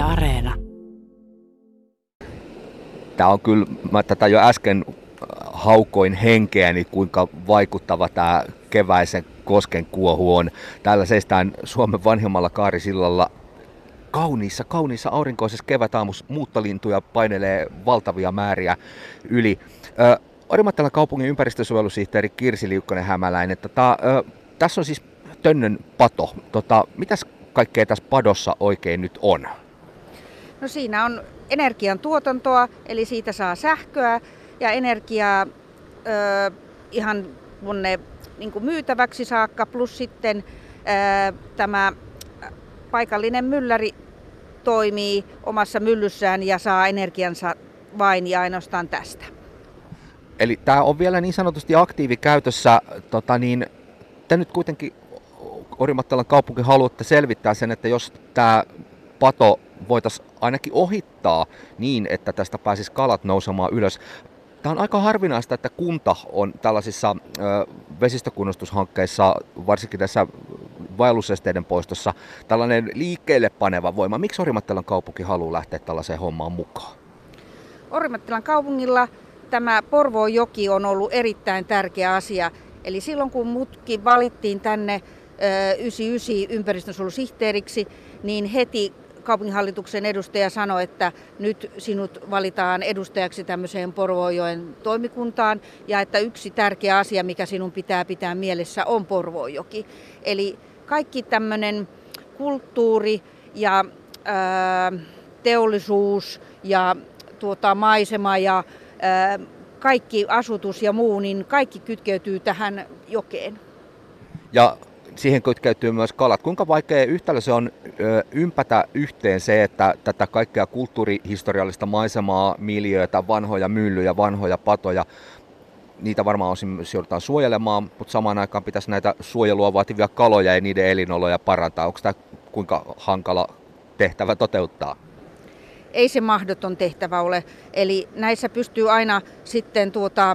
Areena. Tämä on kyllä, mä tätä jo äsken haukoin henkeäni, kuinka vaikuttava tämä keväisen koskenkuohu on. Täällä seistään Suomen vanhimmalla Kaarisillalla kauniissa aurinkoisessa kevätaamussa muuttolintuja painelee valtavia määriä yli. Orimattilan kaupungin ympäristösuojelusihteeri Kirsi Liukkonen-Hämäläinen. Tässä on siis Tönnön pato. Mitäs kaikkea tässä padossa oikein nyt on? No siinä on energiantuotantoa, eli siitä saa sähköä ja energiaa ihan monne niin kuin myytäväksi saakka, plus sitten tämä paikallinen mylläri toimii omassa myllyssään ja saa energiansa vain ja ainoastaan tästä. Eli tämä on vielä niin sanotusti aktiivikäytössä. Te nyt kuitenkin Orimattilan kaupunki haluatte selvittää sen, että jos tämä pato voitaisiin ainakin ohittaa niin, että tästä pääsisi kalat nousemaan ylös. Tämä on aika harvinaista, että kunta on tällaisissa vesistökunnostushankkeissa, varsinkin tässä vaellusesteiden poistossa, tällainen liikkeelle paneva voima. Miksi Orimattilan kaupunki haluaa lähteä tällaiseen hommaan mukaan? Orimattilan kaupungilla tämä Porvoojoki on ollut erittäin tärkeä asia. Eli silloin kun mutkin valittiin tänne 99 ympäristönsuojelusihteeriksi, niin heti kaupunginhallituksen edustaja sanoi, että nyt sinut valitaan edustajaksi tämmöiseen Porvoojoen toimikuntaan ja että yksi tärkeä asia, mikä sinun pitää pitää mielessä, on Porvoojoki. Eli kaikki tämmöinen kulttuuri ja teollisuus ja maisema ja kaikki asutus ja muu, niin kaikki kytkeytyy tähän jokeen. Ja siihen kytkeytyy myös kalat. Kuinka vaikea yhtälö se on ympätä yhteen se, että tätä kaikkea kulttuurihistoriallista maisemaa, miljöötä, vanhoja myllyjä, vanhoja patoja, niitä varmaan osin myös joudutaan suojelemaan, mutta samaan aikaan pitäisi näitä suojelua vaativia kaloja ja niiden elinoloja parantaa. Onko tämä kuinka hankala tehtävä toteuttaa? Ei se mahdoton tehtävä ole. Eli näissä pystyy aina sitten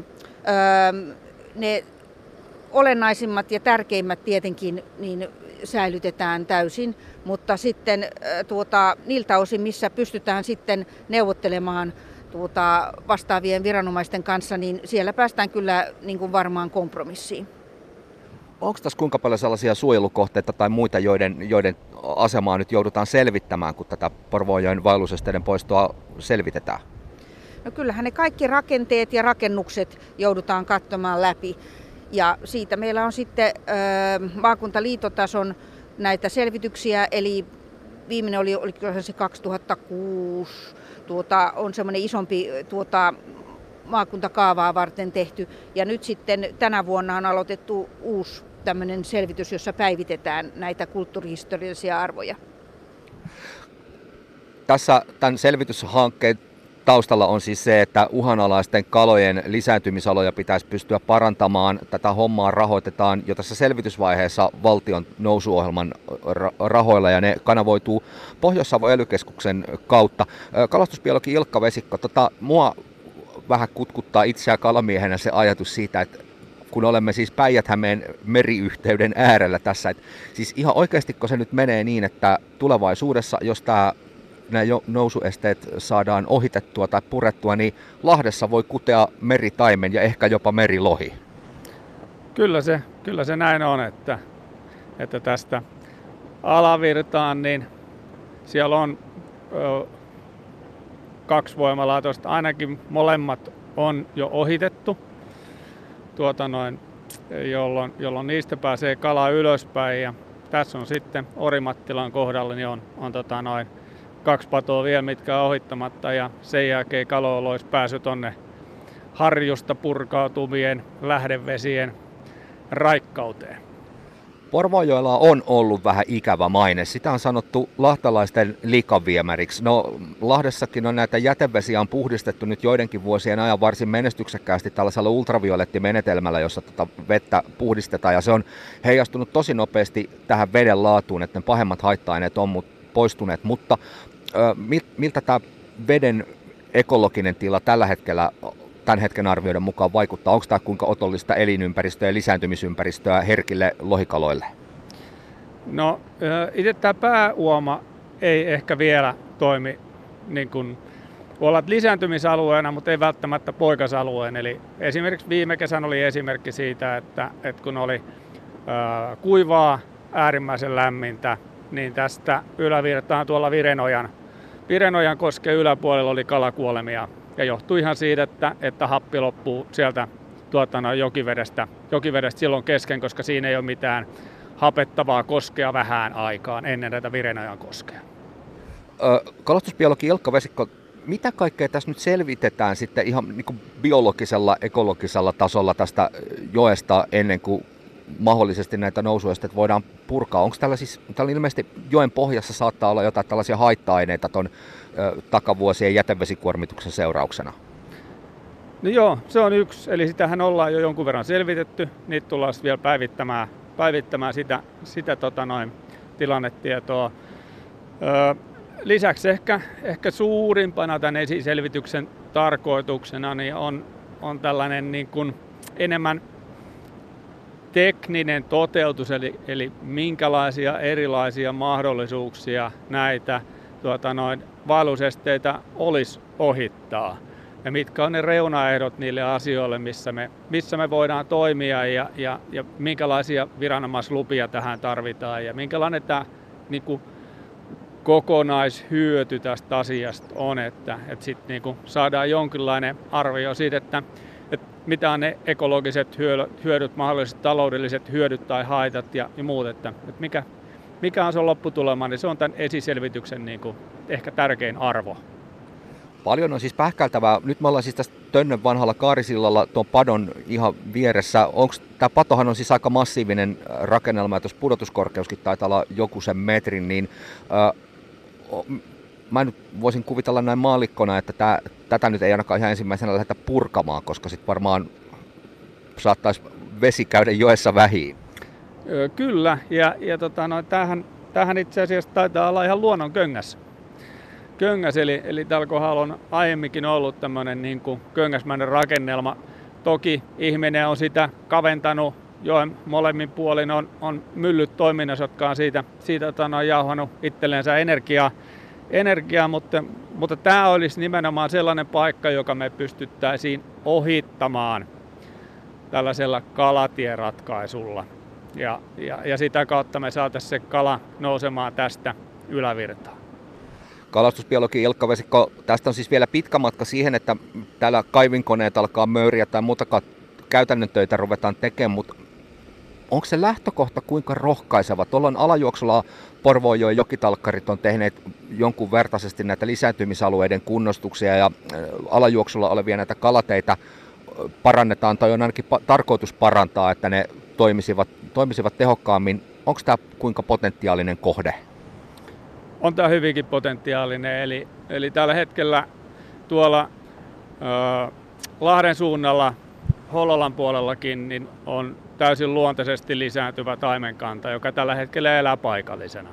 ne olennaisimmat ja tärkeimmät tietenkin niin säilytetään täysin, mutta sitten niiltä osin, missä pystytään sitten neuvottelemaan vastaavien viranomaisten kanssa, niin siellä päästään kyllä niin kuin varmaan kompromissiin. Onko tässä kuinka paljon sellaisia suojelukohteita tai muita, joiden asemaa nyt joudutaan selvittämään, kun tätä Porvoojoen vaellusesteiden poistoa selvitetään? No kyllähän ne kaikki rakenteet ja rakennukset joudutaan katsomaan läpi. Ja siitä meillä on sitten maakuntaliitotason näitä selvityksiä, eli viimeinen oli se 2006, on semmoinen isompi maakuntakaavaa varten tehty. Ja nyt sitten tänä vuonna on aloitettu uusi tämmöinen selvitys, jossa päivitetään näitä kulttuurihistoriallisia arvoja. Tässä tämän selvityshankkeen taustalla on siis se, että uhanalaisten kalojen lisääntymisaloja pitäisi pystyä parantamaan. Tätä hommaa rahoitetaan jo tässä selvitysvaiheessa valtion nousuohjelman rahoilla ja ne kanavoituu Pohjois-Savon ely-keskuksen kautta. Kalastusbiologi Ilkka Vesikko, mua vähän kutkuttaa itseä kalamiehenä se ajatus siitä, että kun olemme siis Päijät-Hämeen meriyhteyden äärellä tässä, että siis ihan oikeastiko se nyt menee niin, että tulevaisuudessa, jos nämä nousuesteet saadaan ohitettua tai purettua, niin Lahdessa voi kutea meritaimen ja ehkä jopa merilohi. Kyllä se näin on, että tästä alavirtaan, niin siellä on 2 voimalaitosta, ainakin molemmat on jo ohitettu, jolloin niistä pääsee kala ylöspäin. Ja tässä on sitten Orimattilan kohdalla niin on 2 patoa vielä, mitkä on ohittamatta, ja sen jälkeen kaloilla olisi päässyt tonne harjusta purkautuvien lähdevesien raikkauteen. Porvoojoella on ollut vähän ikävä maine. Sitä on sanottu lahtalaisten likaviemäriksi. No, Lahdessakin on näitä jätevesiä on puhdistettu nyt joidenkin vuosien ajan varsin menestyksekkäästi tällaisella ultraviolettimenetelmällä, jossa vettä puhdistetaan, ja se on heijastunut tosi nopeasti tähän veden laatuun, että ne pahemmat haitta-aineet on poistuneet, mutta miltä tämä veden ekologinen tila tällä hetkellä tämän hetken arvioiden mukaan vaikuttaa? Onko tämä kuinka otollista elinympäristöä ja lisääntymisympäristöä herkille lohikaloille? No itse tämä pääuoma ei ehkä vielä toimi niin kuin olla lisääntymisalueena, mutta ei välttämättä poikasalueen. Eli esimerkiksi viime kesän oli esimerkki siitä, että kun oli kuivaa, äärimmäisen lämmintä, niin tästä ylävirtaan tuolla Virenojan kosken yläpuolella oli kalakuolemia. Ja johtui ihan siitä, että happi loppuu sieltä jokivedestä silloin kesken, koska siinä ei ole mitään hapettavaa koskea vähään aikaan ennen tätä Virenojan koskea. Kalastusbiologi Ilkka Vesikko, mitä kaikkea tässä nyt selvitetään sitten ihan niin kuin biologisella, ekologisella tasolla tästä joesta ennen kuin mahdollisesti näitä nousuesteitä voidaan purkaa? Onko täällä ilmeisesti joen pohjassa saattaa olla jotain tällaisia haitta-aineita tuon takavuosien jätevesikuormituksen seurauksena? No joo, se on yksi. Eli sitähän ollaan jo jonkun verran selvitetty. Niitä tullaan vielä päivittämään sitä tilannetietoa. Lisäksi ehkä suurimpana tämän esiselvityksen tarkoituksena niin on tällainen niin kuin enemmän tekninen toteutus, eli minkälaisia erilaisia mahdollisuuksia näitä vaellusesteitä olisi ohittaa. Ja mitkä on ne reunaehdot niille asioille, missä me voidaan toimia ja minkälaisia viranomaislupia tähän tarvitaan ja minkälainen tämä niin kuin kokonaishyöty tästä asiasta on, että sitten niin saadaan jonkinlainen arvio siitä, että mitä on ne ekologiset hyödyt, mahdolliset taloudelliset hyödyt tai haitat ja muut, että mikä on se lopputulema, niin se on tämän esiselvityksen niin kuin ehkä tärkein arvo. Paljon on siis pähkältävää. Nyt me ollaan siis tässä Tönnön vanhalla Kaarisillalla tuon padon ihan vieressä. Tämä patohan on siis aika massiivinen rakennelma, ja tuossa pudotuskorkeuskin taitaa olla joku sen metrin, niin mä nyt voisin kuvitella näin maallikkona, että tätä nyt ei ainakaan ihan ensimmäisenä lähdetä purkamaan, koska sitten varmaan saattaisi vesi käydä joessa vähiin. Kyllä, ja tämähän itse asiassa taitaa olla ihan luonnon köngäs, eli tällä kohdalla on aiemminkin ollut tämmöinen niin kuin köngäsmäinen rakennelma. Toki ihminen on sitä kaventanut, joen molemmin puolin on myllyt toiminnassa, jotka on siitä jauhannut itsellensä energiaa, mutta tämä olisi nimenomaan sellainen paikka, joka me pystyttäisiin ohittamaan tällaisella kalatieratkaisulla. Ja sitä kautta me saataisiin se kala nousemaan tästä ylävirtaan. Kalastusbiologi Ilkka Vesikko, tästä on siis vielä pitkä matka siihen, että täällä kaivinkoneet alkaa möyriä tai muutakaan käytännön töitä ruvetaan tekemään, mutta onko se lähtökohta kuinka rohkaiseva? Tuolla alajuoksulla Porvoonjoen jokitalkkarit on tehneet jonkun vertaisesti näitä lisääntymisalueiden kunnostuksia ja alajuoksulla olevia näitä kalateitä parannetaan tai on ainakin tarkoitus parantaa, että ne toimisivat tehokkaammin. Onko tämä kuinka potentiaalinen kohde? On tämä hyvinkin potentiaalinen, eli tällä hetkellä tuolla Lahden suunnalla, Hollolan puolellakin, niin on täysin luontaisesti lisääntyvä taimenkanta, joka tällä hetkellä elää paikallisena.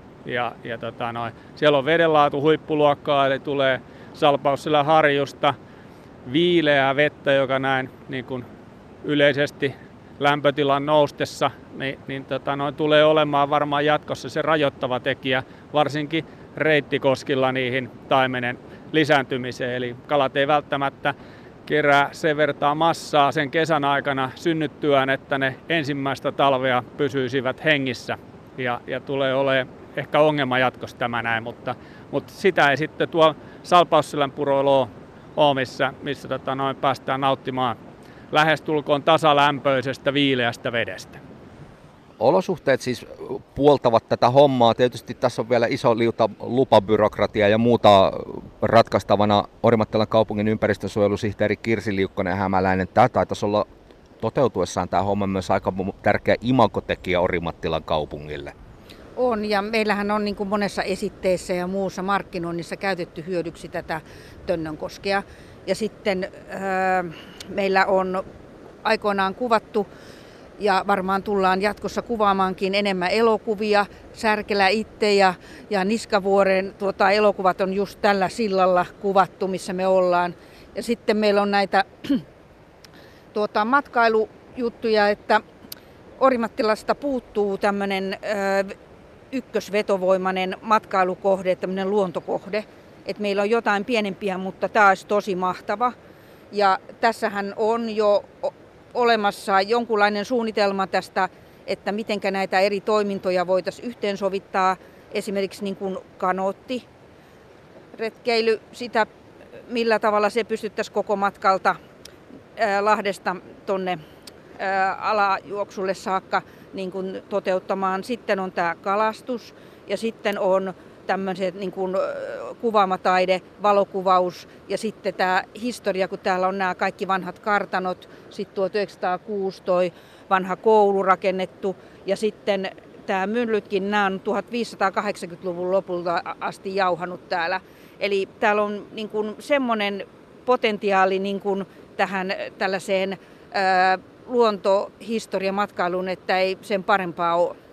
Siellä on vedenlaatu huippuluokkaa, eli tulee Salpausselän harjusta viileää vettä, joka näin niin kuin yleisesti lämpötilan noustessa tulee olemaan varmaan jatkossa se rajoittava tekijä, varsinkin reittikoskilla niihin taimenen lisääntymiseen. Eli kalat ei välttämättä kerää sen vertaa massaa sen kesän aikana synnyttyään, että ne ensimmäistä talvea pysyisivät hengissä. Ja tulee olemaan ehkä ongelma jatkossa tämä näin, mutta sitä ei sitten tuolla Salpausselän puroilla ole, missä päästään nauttimaan lähestulkoon tasalämpöisestä viileästä vedestä. Olosuhteet siis puoltavat tätä hommaa. Tietysti tässä on vielä iso liuta lupabyrokratia ja muuta ratkaistavana. Orimattilan kaupungin ympäristönsuojelusihteeri Kirsi Liukkonen-Hämäläinen. Tämä taitaisi olla toteutuessaan tämä homma myös aika tärkeä imagotekijä Orimattilan kaupungille. On, ja meillähän on niin kuin monessa esitteessä ja muussa markkinoinnissa käytetty hyödyksi tätä Tönnönkoskea. Ja sitten meillä on aikoinaan kuvattu ja varmaan tullaan jatkossa kuvaamaankin enemmän elokuvia. Särkelä itse ja Niskavuoren elokuvat on just tällä sillalla kuvattu, missä me ollaan. Ja sitten meillä on näitä matkailujuttuja, että Orimattilasta puuttuu tämmöinen ykkösvetovoimainen matkailukohde, tämmöinen luontokohde. Et meillä on jotain pienempiä, mutta tämä olisi tosi mahtava. Ja tässähän on jo olemassa jonkunlainen suunnitelma tästä, että miten näitä eri toimintoja voitaisiin yhteensovittaa. Esimerkiksi niin kuin kanootti, retkeily, sitä millä tavalla se pystyttäisiin koko matkalta Lahdesta tuonne alajuoksulle saakka niin kuin toteuttamaan. Sitten on tämä kalastus ja sitten on tämmöiset niin kuin kuvaamataide, valokuvaus ja sitten tämä historia, kun täällä on nämä kaikki vanhat kartanot, sitten 1906 toi vanha koulu rakennettu ja sitten tämä myllytkin, nämä on 1580-luvun lopulta asti jauhanut täällä. Eli täällä on niin kuin semmoinen potentiaali niin kuin tähän tällaiseen luontohistoriamatkailuun, että ei sen parempaa ole.